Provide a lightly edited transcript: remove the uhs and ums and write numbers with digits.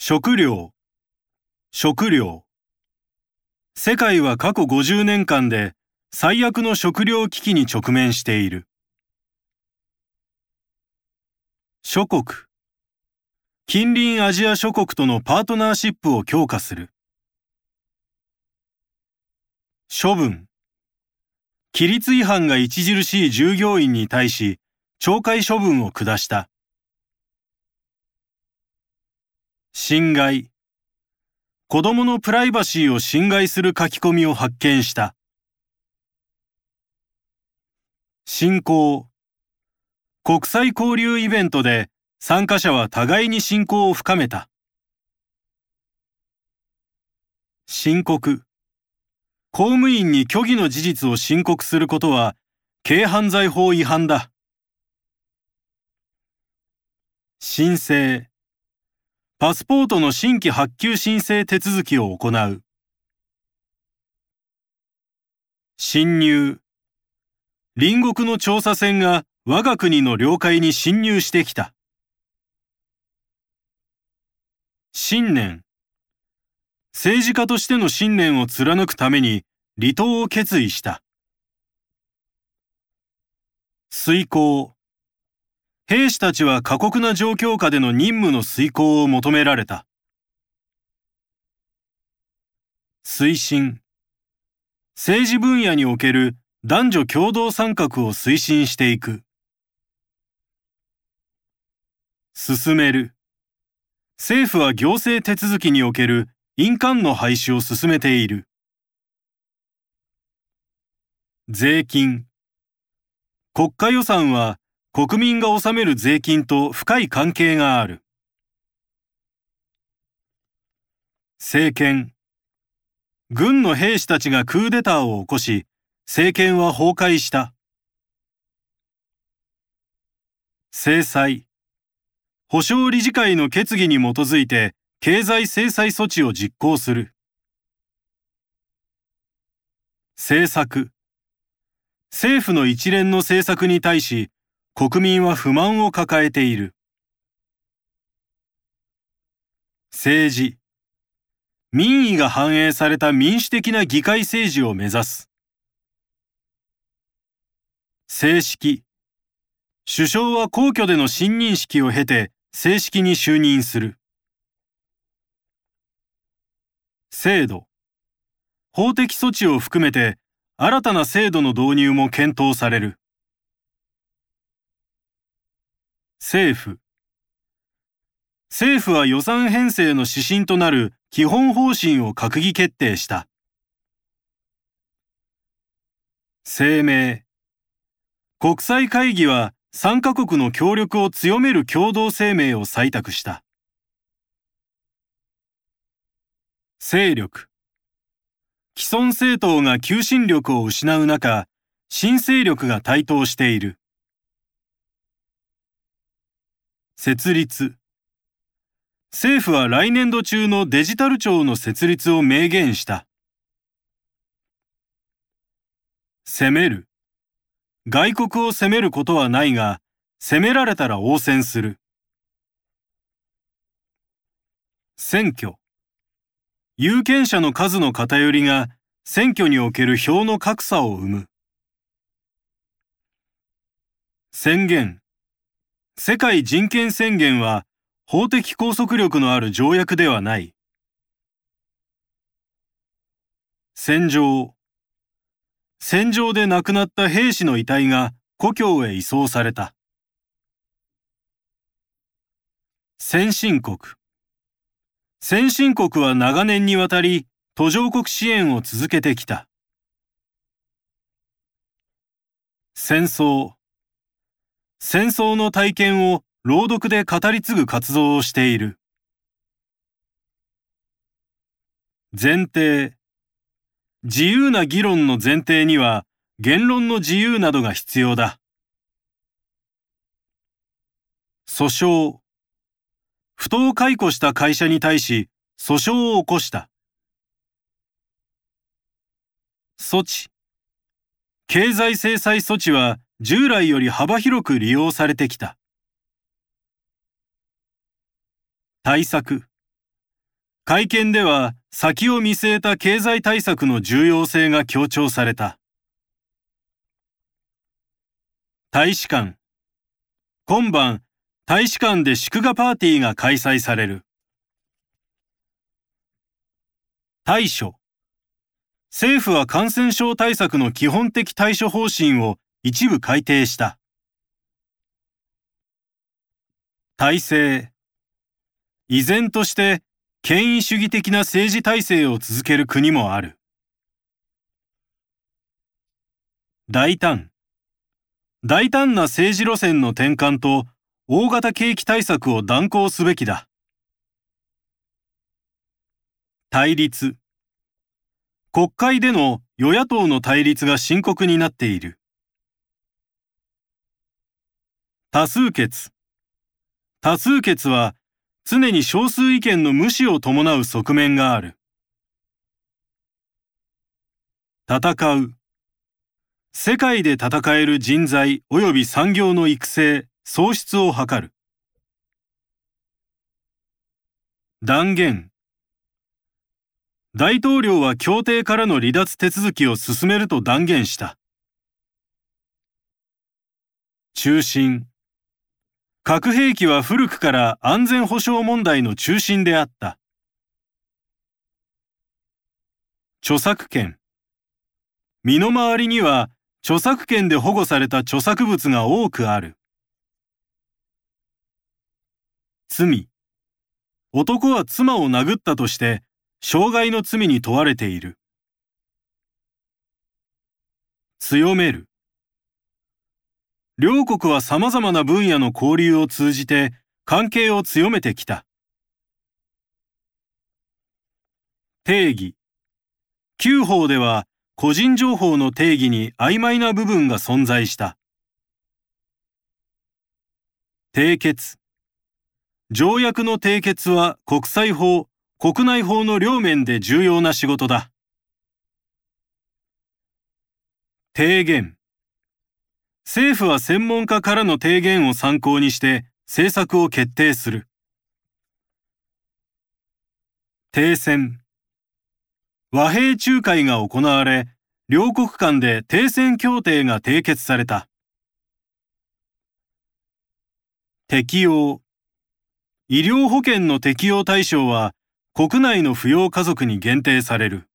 食料、食料。世界は過去50年間で最悪の食料危機に直面している。諸国。近隣アジア諸国とのパートナーシップを強化する。処分。規律違反が著しい従業員に対し、懲戒処分を下した。侵害。子供のプライバシーを侵害する書き込みを発見した。信仰。国際交流イベントで参加者は互いに信仰を深めた。申告。公務員に虚偽の事実を申告することは軽犯罪法違反だ。申請。パスポートの新規発給申請手続きを行う。侵入。隣国の調査船が我が国の領海に侵入してきた。信念。政治家としての信念を貫くために離党を決意した。遂行。兵士たちは過酷な状況下での任務の遂行を求められた。推進。政治分野における男女共同参画を推進していく。進める。政府は行政手続きにおける印鑑の廃止を進めている。税金。国家予算は国民が納める税金と深い関係がある。政権。軍の兵士たちがクーデターを起こし、政権は崩壊した。制裁。保障理事会の決議に基づいて経済制裁措置を実行する。政策。政府の一連の政策に対し、国民は不満を抱えている。政治。民意が反映された民主的な議会政治を目指す。正式。首相は皇居での信任式を経て正式に就任する。制度。法的措置を含めて新たな制度の導入も検討される。政府。政府は予算編成の指針となる基本方針を閣議決定した。声明。国際会議は参加国の協力を強める共同声明を採択した。勢力。既存政党が求心力を失う中、新勢力が台頭している。設立。政府は来年度中のデジタル庁の設立を明言した。攻める。外国を攻めることはないが、攻められたら応戦する。選挙。有権者の数の偏りが選挙における票の格差を生む。宣言。世界人権宣言は法的拘束力のある条約ではない。戦場。戦場で亡くなった兵士の遺体が故郷へ移送された。先進国。先進国は長年にわたり途上国支援を続けてきた。戦争。戦争の体験を朗読で語り継ぐ活動をしている。前提。自由な議論の前提には言論の自由などが必要だ。訴訟。不当解雇した会社に対し訴訟を起こした。措置。経済制裁措置は従来より幅広く利用されてきた。対策。 会見では先を見据えた経済対策の重要性が強調された。大使館。今晩、大使館で祝賀パーティーが開催される。対処。政府は感染症対策の基本的対処方針を一部改定した。体制。依然として権威主義的な政治体制を続ける国もある。大胆。大胆な政治路線の転換と大型景気対策を断行すべきだ。対立。国会での与野党の対立が深刻になっている。多数決。多数決は常に少数意見の無視を伴う側面がある。戦う。世界で戦える人材及び産業の育成、創出を図る。断言。大統領は協定からの離脱手続きを進めると断言した。中心。核兵器は古くから安全保障問題の中心であった。著作権。身の回りには著作権で保護された著作物が多くある。罪。男は妻を殴ったとして傷害の罪に問われている。強める。両国は様々な分野の交流を通じて関係を強めてきた。定義。旧法では個人情報の定義に曖昧な部分が存在した。締結。条約の締結は国際法、国内法の両面で重要な仕事だ。提言。政府は専門家からの提言を参考にして政策を決定する。停戦。和平仲介が行われ、両国間で停戦協定が締結された。適用。医療保険の適用対象は国内の扶養家族に限定される。